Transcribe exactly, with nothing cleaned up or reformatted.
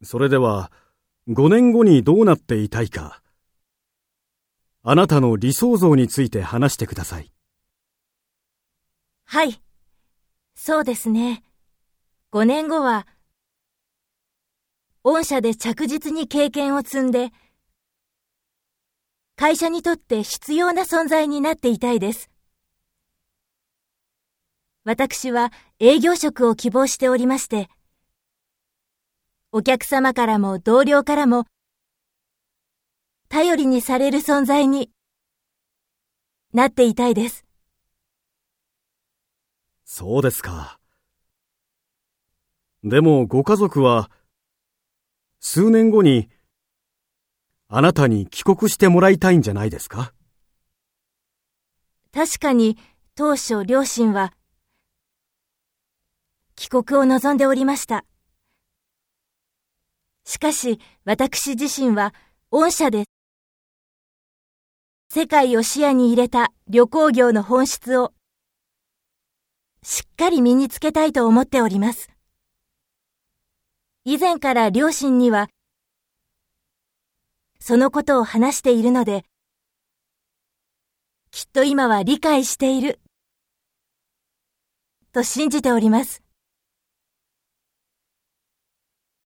それでは、ごねんごにどうなっていたいか、あなたの理想像について話してください。 はい。そうですね。ごねんごは、御社で着実に経験を積んで、会社にとって必要な存在になっていたいです。私は営業職を希望しておりまして、お客様からも同僚からも、頼りにされる存在になっていたいです。 そうですか。でもご家族は、数年後に、あなたに帰国してもらいたいんじゃないですか？ 確かに、当初両親は、帰国を望んでおりました。しかし、私自身は、御社で、世界を視野に入れた旅行業の本質を、しっかり身につけたいと思っております。以前から両親には、そのことを話しているので、きっと今は理解している、と信じております。